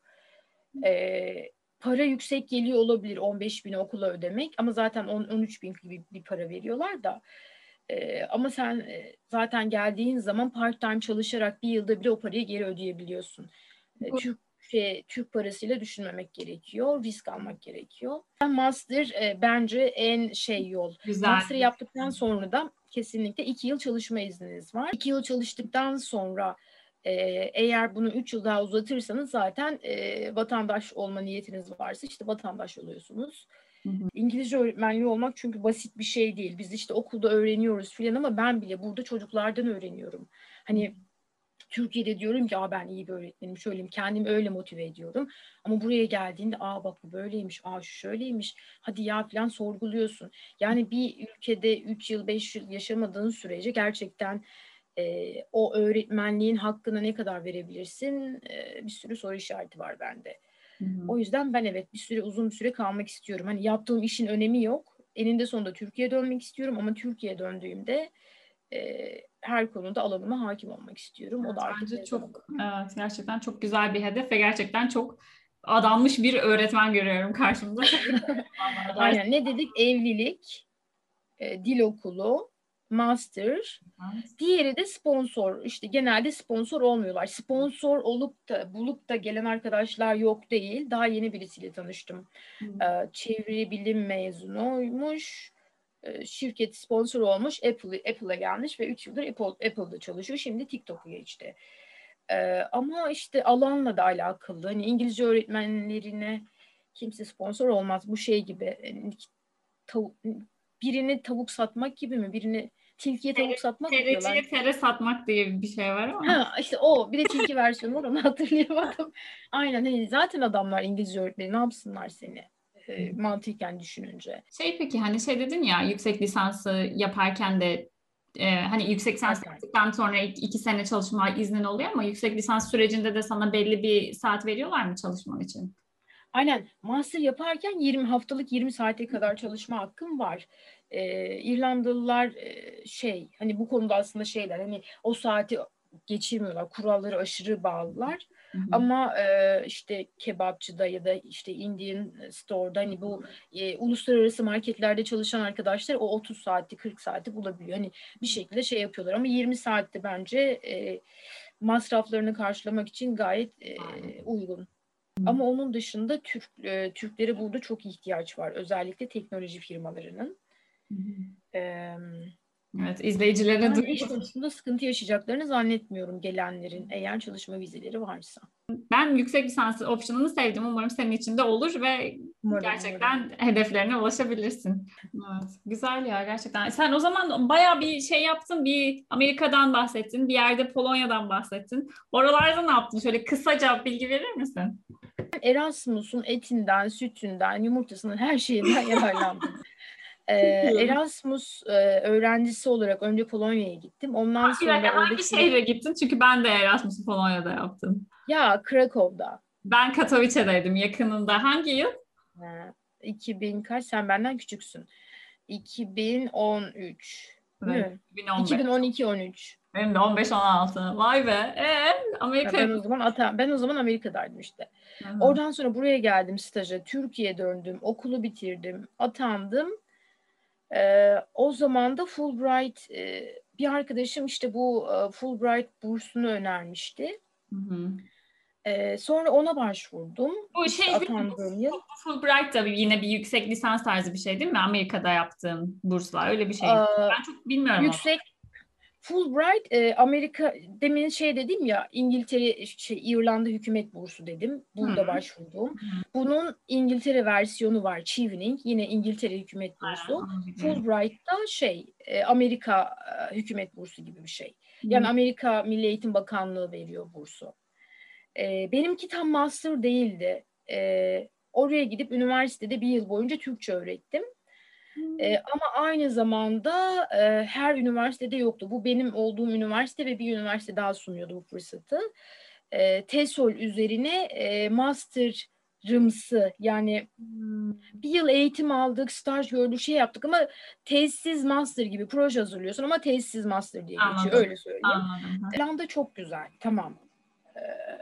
E, Para yüksek geliyor olabilir on beş bin okula ödemek ama zaten on on üç bin gibi bir para veriyorlar da. E, ama sen e, zaten geldiğin zaman part-time çalışarak bir yılda bile o parayı geri ödeyebiliyorsun. E, Bu Türk şey, Türk parasıyla düşünmemek gerekiyor, risk almak gerekiyor. Master e, bence en şey yol. güzel. Master yaptıktan sonra da kesinlikle iki yıl çalışma izniniz var. İki yıl çalıştıktan sonra e, eğer bunu üç yıl daha uzatırsanız zaten e, vatandaş olma niyetiniz varsa işte vatandaş oluyorsunuz. Hı hı. İngilizce öğretmenliği olmak çünkü basit bir şey değil. Biz işte okulda öğreniyoruz filan ama ben bile burada çocuklardan öğreniyorum. Hani Türkiye'de diyorum ki aa ben iyi bir öğretmenim, şöyleyim, kendimi öyle motive ediyorum. Ama buraya geldiğinde aa bak bu böyleymiş, aa şu şöyleymiş, hadi ya falan sorguluyorsun. Yani bir ülkede üç yıl beş yıl yaşamadığın sürece gerçekten e, o öğretmenliğin hakkını ne kadar verebilirsin? E, bir sürü soru işareti var bende. Hı hı. O yüzden ben evet bir süre uzun bir süre kalmak istiyorum. Hani yaptığım işin önemi yok. Eninde sonunda Türkiye'ye dönmek istiyorum ama Türkiye'ye döndüğümde e, her konuda alanıma hakim olmak istiyorum. O Evet, da artık bence ne zaman çok olur? evet, gerçekten çok güzel bir hedef ve gerçekten çok adanmış bir öğretmen görüyorum karşımda. Tebrik ederim vallahi. Ders. Aynen, ne dedik? Evlilik, e, dil okulu, master. Diğeri de sponsor. İşte genelde sponsor olmuyorlar. Sponsor olup da bulup da gelen arkadaşlar yok değil. Daha yeni birisiyle tanıştım. Ee, çeviri bilim mezunuymuş. Ee, şirket sponsor olmuş. Apple, Apple'a gelmiş ve üç yıldır Apple, Apple'da çalışıyor. Şimdi TikTok'a geçti. Ee, ama işte alanla da alakalı. Hani İngilizce öğretmenlerine kimse sponsor olmaz. Bu şey gibi. Yani tav- birini tavuk satmak gibi mi? Birini tilkiye tavuk satmak mı diyorlar? Tereciye tere satmak diye bir şey var ama. Ha işte o. Bir de tilki versiyonu var, onu hatırlayamadım. Aynen, hani zaten adamlar İngilizce öğretmeni, ne yapsınlar seni? E, mantıken düşününce. Şey peki hani şey dedin ya yüksek lisansı yaparken de e, hani yüksek lisans Part-time. yaptıktan sonra iki, iki sene çalışma iznin oluyor ama yüksek lisans sürecinde de sana belli bir saat veriyorlar mı çalışman için? Aynen. Master yaparken yirmi haftalık yirmi saate kadar çalışma hakkım var. Ee, İrlandalılar e, şey hani bu konuda aslında şeyler, hani o saati geçirmiyorlar. Kuralları aşırı bağlılar. Hı hı. Ama e, işte kebapçıda ya da işte Indian store'da, hani bu e, uluslararası marketlerde çalışan arkadaşlar o otuz saati kırk saati bulabiliyor. Hani bir şekilde şey yapıyorlar ama yirmi saatte bence e, masraflarını karşılamak için gayet e, uygun. Ama onun dışında Türk e, Türklere burada çok ihtiyaç var. Özellikle teknoloji firmalarının. Hı hı. E, Evet, izleyicilere Yani iş duyurun. konusunda sıkıntı yaşayacaklarını zannetmiyorum gelenlerin, eğer çalışma vizeleri varsa. Ben yüksek lisans option'ını sevdim. Umarım senin için de olur ve Umarım, umarım. gerçekten hedeflerine ulaşabilirsin. Evet, güzel ya gerçekten. Sen o zaman bayağı bir şey yaptın. Bir Amerika'dan bahsettin, bir yerde Polonya'dan bahsettin. Oralarda ne yaptın? Şöyle kısaca bilgi verir misin? Erasmus'un etinden, sütünden, yumurtasının her şeyinden yararlandım. E, Çok iyi. Erasmus e, öğrencisi olarak önce Polonya'ya gittim. Ondan Bir dakika, sonra hangi oradaki, şehre gittin? Çünkü ben de Erasmus'u Polonya'da yaptım. ya Krakow'da. Ben Katowice'deydim yakınında. Hangi yıl? Ha, iki bin kaç? Sen benden küçüksün. iki bin on üç Evet, mü? iki bin on beş. iki bin on iki on üç. Benim de on beş on altı. Vay be. Ee, Ya Amerika'ya. ben o zaman ata ben o zaman Amerika'daydım işte. Hı hı. Oradan sonra buraya geldim staja. Türkiye'ye döndüm. Okulu bitirdim. Atandım. Ee, o zaman da Fulbright, e, bir arkadaşım işte bu e, Fulbright bursunu önermişti. Hı hı. Ee, sonra ona başvurdum. Bu İşte şey değil mi? Bu atandığım yıl. Fulbright da yine bir yüksek lisans tarzı bir şey değil mi? Amerika'da yaptığın burslar öyle bir şey. Aa, Ben çok bilmiyorum onu. yüksek Fulbright, e, Amerika, demin şey dedim ya, İngiltere, şey, İrlanda hükümet bursu dedim. Hı Burada başvurduğum. hı. Bunun İngiltere versiyonu var. Chevening. Yine İngiltere hükümet Aynen, bursu. onu biliyorum. Fulbright da şey e, Amerika e, hükümet bursu gibi bir şey. Hı Yani Amerika Milli Eğitim Bakanlığı veriyor bursu. E, benimki tam master değildi. E, oraya gidip üniversitede bir yıl boyunca Türkçe öğrettim. E, ama aynı zamanda e, her üniversitede yoktu. Bu benim olduğum üniversite ve bir üniversite daha sunuyordu bu fırsatı. E, TESOL üzerine e, master'ımsı, yani hı. bir yıl eğitim aldık, staj gördük, şey yaptık ama tezsiz master gibi proje hazırlıyorsun ama tezsiz master diye geçiyor, Anladım. öyle söyleyeyim. Anladım. Hı. İrlanda çok güzel, tamam. E,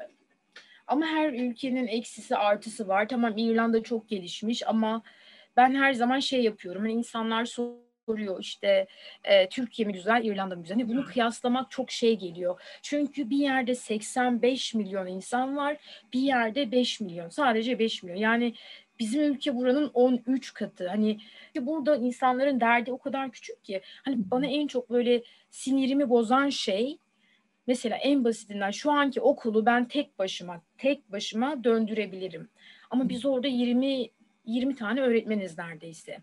Ama her ülkenin eksisi artısı var. Tamam, İrlanda çok gelişmiş ama ben her zaman şey yapıyorum. Hani insanlar soruyor işte e, Türkiye mi güzel, İrlanda mı güzel? Hani bunu kıyaslamak çok şey geliyor. Çünkü bir yerde seksen beş milyon insan var, bir yerde beş milyon. Sadece beş milyon. Yani bizim ülke buranın on üç katı. Hani burada insanların derdi o kadar küçük ki. Hani bana en çok böyle sinirimi bozan şey, mesela en basitinden şu anki okulu ben tek başıma tek başıma döndürebilirim. Ama biz orada yirmi yirmi tane öğretmeniz neredeyse.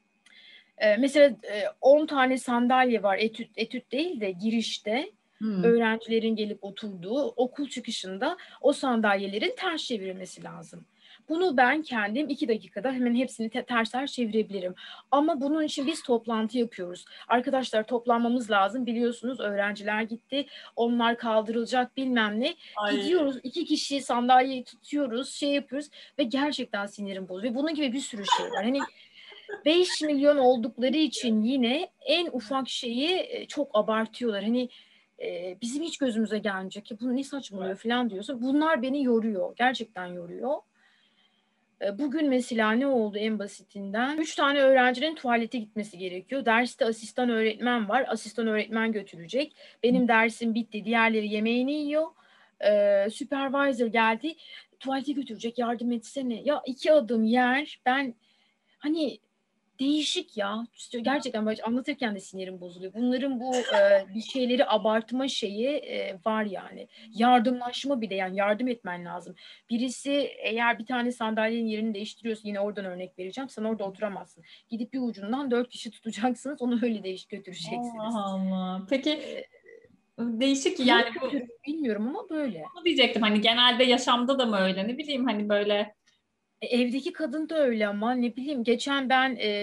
Ee, mesela e, on tane sandalye var, etüt, etüt değil de girişte Hı. öğrencilerin gelip oturduğu, okul çıkışında o sandalyelerin ters çevirmesi lazım. Bunu ben kendim iki dakikada hemen hepsini te- ters ters çevirebilirim. Ama bunun için biz toplantı yapıyoruz. Arkadaşlar toplanmamız lazım. Biliyorsunuz öğrenciler gitti. Onlar kaldırılacak bilmem ne. Ay. Gidiyoruz, iki kişi sandalyeyi tutuyoruz, şey yapıyoruz ve gerçekten sinirim bozuyor. Ve bunun gibi bir sürü şey var. Hani beş milyon oldukları için yine en ufak şeyi e, çok abartıyorlar. Hani e, bizim hiç gözümüze gelmeyecek ki bu ne saçmalıyor falan diyorsun. Bunlar beni yoruyor. Gerçekten yoruyor. Bugün mesela ne oldu en basitinden? Üç tane öğrencinin tuvalete gitmesi gerekiyor. Derste asistan öğretmen var. Asistan öğretmen götürecek. Benim dersim bitti. Diğerleri yemeğini yiyor. Ee, supervisor geldi. Tuvalete götürecek. Yardım etsene. Ya iki adım yer. Ben hani değişik ya. Gerçekten böyle anlatırken de sinirim bozuluyor. Bunların bu e, bir şeyleri abartma şeyi e, var yani. Yardımlaşma bile, yani yardım etmen lazım. Birisi eğer bir tane sandalyenin yerini değiştiriyorsa, yine oradan örnek vereceğim. Sen orada oturamazsın. Gidip bir ucundan dört kişi tutacaksınız. Onu öyle değiş götüreceksiniz. Allah Allah. Peki E, değişik iyi yani bu, kötü bilmiyorum ama böyle. bunu diyecektim hani genelde yaşamda da mı öyle ne bileyim hani böyle. E, evdeki kadın da öyle ama ne bileyim, geçen ben e,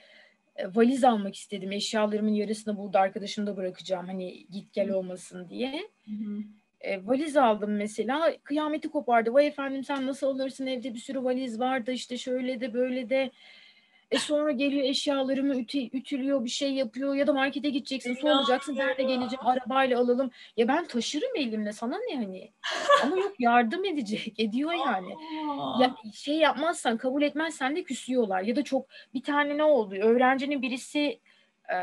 e, valiz almak istedim. Eşyalarımın yarısını burada arkadaşımda bırakacağım. Hani git gel olmasın diye. Hı hı. E, valiz aldım mesela. Kıyameti kopardı. Vay efendim, sen nasıl alırsın? Evde bir sürü valiz vardı. İşte şöyle de böyle de. E sonra geliyor eşyalarımı ütü, ütülüyor, bir şey yapıyor. Ya da markete gideceksin, su alacaksın. Ben de İnanmıyorum. geleceğim, arabayla alalım. Ya ben taşırım elimle, sana ne hani? Ama yok, yardım edecek. Ediyor yani. Ya Aa. şey yapmazsan, kabul etmezsen de küsüyorlar. Ya da çok, bir tane ne oldu? Öğrencinin birisi e,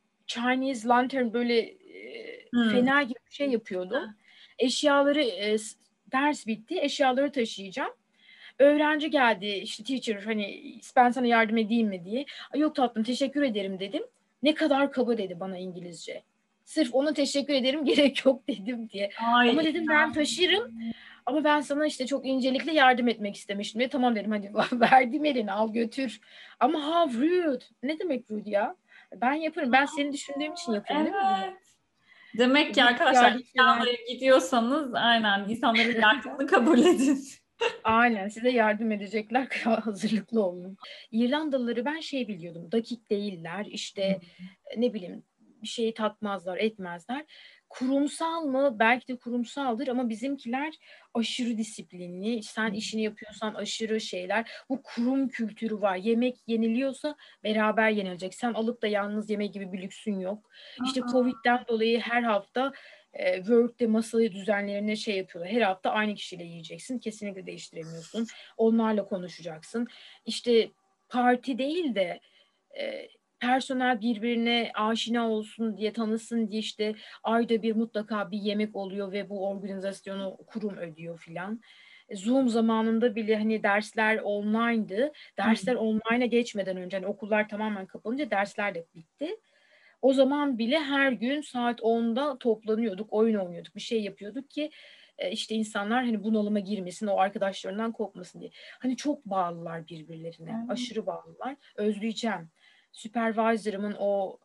Chinese lantern, böyle e, Hı. fener gibi bir şey yapıyordu. Eşyaları e, ders bitti. Eşyaları taşıyacağım. Öğrenci geldi, işte teacher hani ben sana yardım edeyim mi diye. Ay, yok tatlım, teşekkür ederim dedim. Ne kadar kaba dedi bana İngilizce. Sırf ona teşekkür ederim gerek yok dedim diye. Ay Ama dedim ben taşırım. inanmıyorum. Ama ben sana işte çok incelikle yardım etmek istemiştim. Ve tamam dedim, hadi verdim elini, al götür. Ama how rude. Ne demek rude ya? Ben yaparım. Ben seni düşündüğüm için yapıyorum değil mi bunu? Evet. Demek ki Büyük arkadaşlar yardımsever. İtalya'ya gidiyorsanız aynen insanların yardımını kabul edin. Aynen, size yardım edecekler. Hazırlıklı olun. İrlandalıları ben şey biliyordum. Dakik değiller. İşte ne bileyim, bir şeyi tatmazlar, etmezler. Kurumsal mı? Belki de kurumsaldır ama bizimkiler aşırı disiplinli. Sen işini yapıyorsan aşırı şeyler. Bu kurum kültürü var. Yemek yeniliyorsa beraber yenilecek. Sen alıp da yalnız yeme gibi bir lüksün yok. İşte Aa. Covid'den dolayı her hafta e, Work'te masayı düzenlerine şey yapıyorlar. Her hafta aynı kişiyle yiyeceksin. Kesinlikle değiştiremiyorsun. Onlarla konuşacaksın. İşte parti değil de e, personel birbirine aşina olsun diye, tanısın diye işte ayda bir mutlaka bir yemek oluyor ve bu organizasyonu kurum ödüyor filan. Zoom zamanında bile hani dersler online'dı. Hı. Dersler online'a geçmeden önce, hani okullar tamamen kapanınca dersler de bitti. O zaman bile her gün saat onda toplanıyorduk, oyun oynuyorduk, bir şey yapıyorduk ki e, işte insanlar hani bunalıma girmesin, o arkadaşlarından kopmasın diye. Hani çok bağlılar birbirlerine, Evet. aşırı bağlılar. Özleyeceğim. Supervisor'ımın o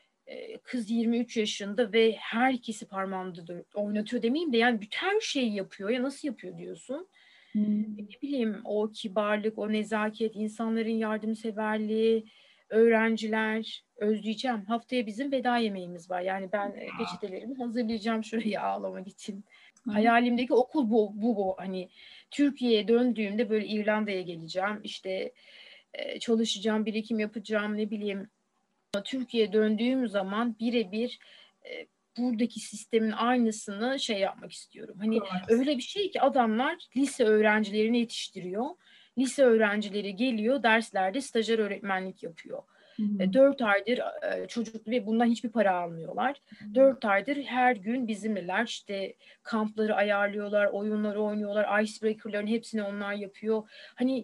e, kız yirmi üç yaşında ve herkesi parmağında oynatıyor demeyeyim de, yani bütün her şeyi yapıyor. Ya nasıl yapıyor diyorsun? Hı. E, ne bileyim, o kibarlık, o nezaket, insanların yardımseverliği, öğrenciler, özleyeceğim. Haftaya bizim veda yemeğimiz var. Yani ben e, peçetelerimi hazırlayacağım şuraya ağlamak için. Evet. Hayalimdeki okul bu, bu, bu. Hani Türkiye'ye döndüğümde böyle İrlanda'ya geleceğim. İşte e, çalışacağım, birikim yapacağım, ne bileyim. Türkiye'ye döndüğüm zaman birebir e, buradaki sistemin aynısını şey yapmak istiyorum. Hani Kurmak istedim. öyle bir şey ki adamlar lise öğrencilerini yetiştiriyor. Lise öğrencileri geliyor, derslerde stajyer öğretmenlik yapıyor. Hı E, hı. Dört aydır e, çocuk ve bundan hiçbir para almıyorlar. Dört aydır her gün bizimleler, işte kampları ayarlıyorlar, oyunları oynuyorlar, icebreaker'ların hepsini onlar yapıyor. Hani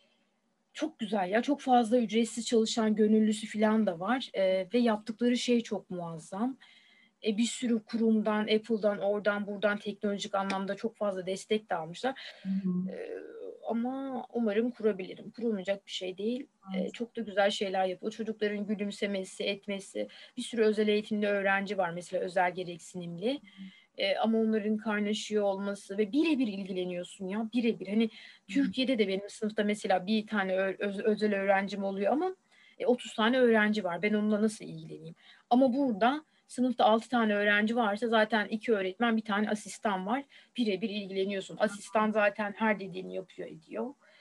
çok güzel ya, çok fazla ücretsiz çalışan gönüllüsü falan da var. Ee, ve yaptıkları şey çok muazzam. E, bir sürü kurumdan, Apple'dan, oradan buradan teknolojik anlamda çok fazla destek de almışlar. Hı hı. Ee, ama umarım kurabilirim. Kurulmayacak bir şey değil. Ee, Evet. çok da güzel şeyler yapıyor. Çocukların gülümsemesi, etmesi. Bir sürü özel eğitimli öğrenci var mesela, özel gereksinimli. E, ama onların kaynaşıyor olması ve birebir ilgileniyorsun ya, birebir. Hani Türkiye'de de benim sınıfta mesela bir tane ö- öz- özel öğrencim oluyor ama e, otuz tane öğrenci var. Ben onunla nasıl ilgileneyim? Ama burada sınıfta altı tane öğrenci varsa zaten iki öğretmen, bir tane asistan var. Birebir ilgileniyorsun. Asistan zaten her dediğini yapıyor, ediyor.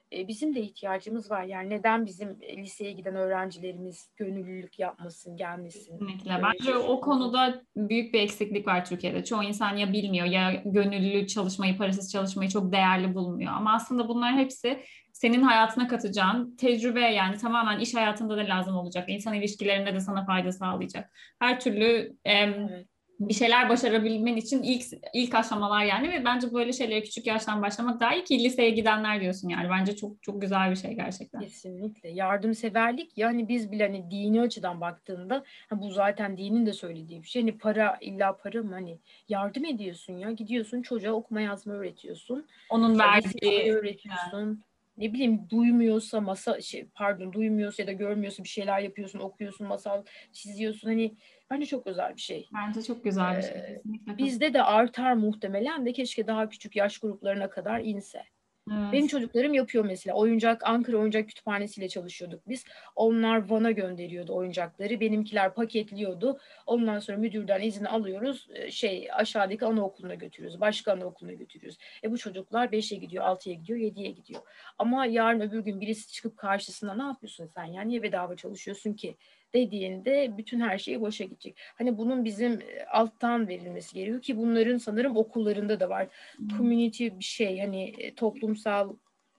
e, bizim de ihtiyacımız var. Yani neden bizim e, liseye giden öğrencilerimiz gönüllülük yapmasın, gelmesin? Kesinlikle. Böyle Bence şey o olur. konuda büyük bir eksiklik var Türkiye'de. Çoğu insan ya bilmiyor ya gönüllü çalışmayı, parasız çalışmayı çok değerli bulmuyor. Ama aslında bunlar hepsi senin hayatına katacağın tecrübe, yani tamamen iş hayatında da lazım olacak. İnsan ilişkilerinde de sana fayda sağlayacak. Her türlü em, Evet. bir şeyler başarabilmen için ilk ilk aşamalar yani, ve bence böyle şeylere küçük yaştan başlamak daha iyi ki liseye gidenler diyorsun yani. Bence çok çok güzel bir şey gerçekten. Kesinlikle. Yardımseverlik, yani biz bile hani dini açıdan baktığında, ha bu zaten dinin de söylediği bir şey. Hani para, illa para mı, hani yardım ediyorsun ya. Gidiyorsun çocuğa okuma yazma öğretiyorsun. Onun Vazifeyi verdiği öğretiyorsun. Ne bileyim, duymuyorsa masa şey pardon duymuyorsa ya da görmüyorsa bir şeyler yapıyorsun, okuyorsun, masal çiziyorsun. Hani bence çok özel bir şey. bence çok güzel bir şey. Ee, Kesinlikle katılıyorum. Bizde de artar muhtemelen de, keşke daha küçük yaş gruplarına kadar inse. Benim Evet. çocuklarım yapıyor mesela. Oyuncak, Ankara Oyuncak Kütüphanesi'yle çalışıyorduk biz. Onlar Van'a gönderiyordu oyuncakları. Benimkiler paketliyordu. Ondan sonra müdürden izin alıyoruz. Ee, Şey aşağıdaki anaokuluna götürüyoruz. Başka anaokuluna götürüyoruz. E bu çocuklar beşe gidiyor, altıya gidiyor, yediye gidiyor. Ama yarın öbür gün birisi çıkıp karşısına ne yapıyorsun sen? Yani niye bedava çalışıyorsun ki? Dediğinde bütün her şey boşa gidecek. Hani bunun bizim e, alttan verilmesi gerekiyor ki bunların sanırım okullarında da var. Community bir şey, hani e, toplumsal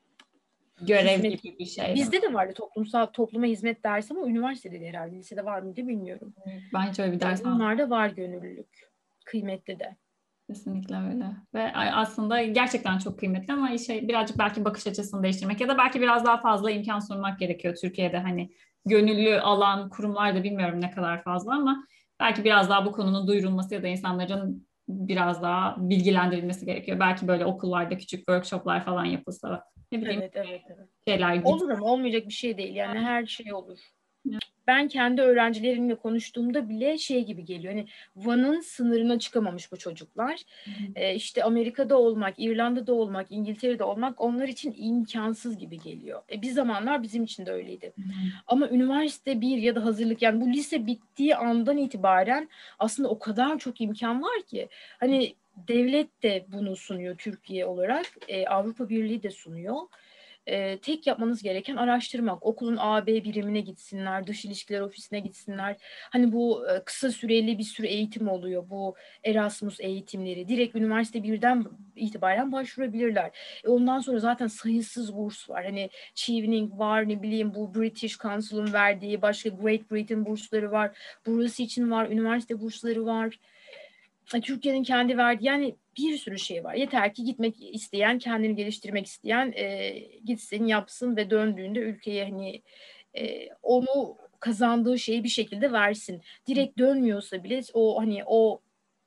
Görev hizmet. gibi bir şey. Bizde de vardı toplumsal topluma hizmet dersi ama üniversitede de herhalde, lisede var mıydı bilmiyorum. Ben hiç öyle bir E, ders almadım. Bunlar da var, gönüllülük. Kıymetli de. Kesinlikle öyle. Ve aslında gerçekten çok kıymetli, ama şey, birazcık belki bakış açısını değiştirmek ya da belki biraz daha fazla imkan sunmak gerekiyor Türkiye'de. Hani gönüllü alan kurumlar da bilmiyorum ne kadar fazla, ama belki biraz daha bu konunun duyurulması ya da insanların biraz daha bilgilendirilmesi gerekiyor. Belki böyle okullarda küçük workshoplar falan yapılsa, ne bileyim, Evet, evet, evet. şeyler git. Olur ama olmayacak bir şey değil. Yani her şey olur. Ben kendi öğrencilerimle konuştuğumda bile şey gibi geliyor. Hani Van'ın sınırına çıkamamış bu çocuklar. Ee, işte Amerika'da olmak, İrlanda'da olmak, İngiltere'de olmak onlar için imkansız gibi geliyor. E, bir zamanlar bizim için de öyleydi. Ama üniversite bir ya da hazırlık, yani bu lise bittiği andan itibaren aslında o kadar çok imkan var ki. Hani devlet de bunu sunuyor Türkiye olarak. E, Avrupa Birliği de sunuyor. E, tek yapmanız gereken araştırmak. Okulun A B birimine gitsinler, dış ilişkiler ofisine gitsinler. Hani bu e, kısa süreli bir sürü eğitim oluyor. Bu Erasmus eğitimleri. Direkt üniversite birden itibaren başvurabilirler. E, ondan sonra zaten sayısız burs var. Hani Chevening var, ne bileyim bu British Council'ın verdiği başka Great Britain bursları var. Burası için var, üniversite bursları var. Türkiye'nin kendi verdiği, yani bir sürü şey var. Yeter ki gitmek isteyen, kendini geliştirmek isteyen e, gitsin, yapsın ve döndüğünde ülkeye hani e, onu kazandığı şeyi bir şekilde versin. Direkt dönmüyorsa bile o hani o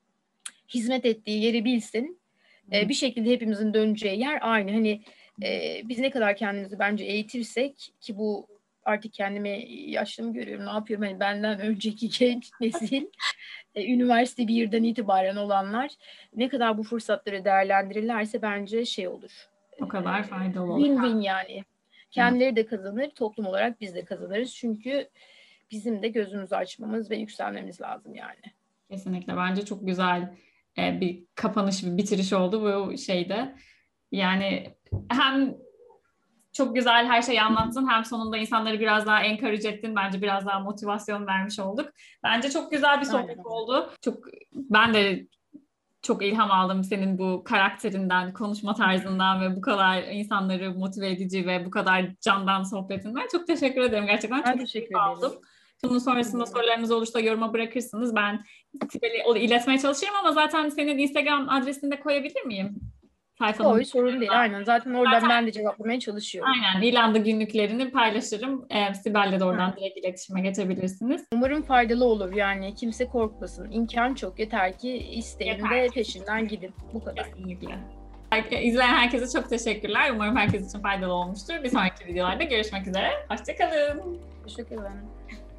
hizmet ettiği yeri bilsin. E, bir şekilde hepimizin döneceği yer aynı. Hani e, biz ne kadar kendimizi bence eğitirsek, ki bu artık kendimi yaşlı mı görüyorum, ne yapıyorum, hani benden önceki genç nesil, e, üniversite birden itibaren olanlar ne kadar bu fırsatları değerlendirirlerse bence şey olur. O kadar faydalı olur. Win-win yani. Kendileri de kazanır, toplum olarak biz de kazanırız. Çünkü bizim de gözümüzü açmamız ve yükselmemiz lazım yani. Kesinlikle. Bence çok güzel e, bir kapanış, bir bitiriş oldu bu şeyde. Yani hem çok güzel her şeyi anlattın, hem sonunda insanları biraz daha encourage ettin. Bence biraz daha motivasyon vermiş olduk. Bence çok güzel bir Aynen sohbet öyle. oldu. Çok, ben de çok ilham aldım senin bu karakterinden, konuşma tarzından ve bu kadar insanları motive edici ve bu kadar candan sohbetinden. Çok teşekkür ederim. Gerçekten Ben çok keyif teşekkür aldım. ederim. Bunun sonrasında Dinlerim. sorularınız olursa yoruma bırakırsınız. Ben Sibel'e onu iletmeye çalışırım, ama zaten senin Instagram adresini de koyabilir miyim? Sayfanın. Koy, sorun değil. Aynen. Zaten oradan ben de cevaplamaya çalışıyorum. Aynen, İrlanda günlüklerini paylaşırım. Ee, Sibel'le de oradan Aynen. direkt iletişime geçebilirsiniz. Umarım faydalı olur. Yani kimse korkmasın. İmkan çok. Yeter ki isteyin Yeter ve ki. peşinden gidin. Bu kadar. Kesinlikle. İzleyen herkese çok teşekkürler. Umarım herkes için faydalı olmuştur. Bir sonraki videolarda görüşmek üzere. Hoşçakalın. Teşekkür ederim.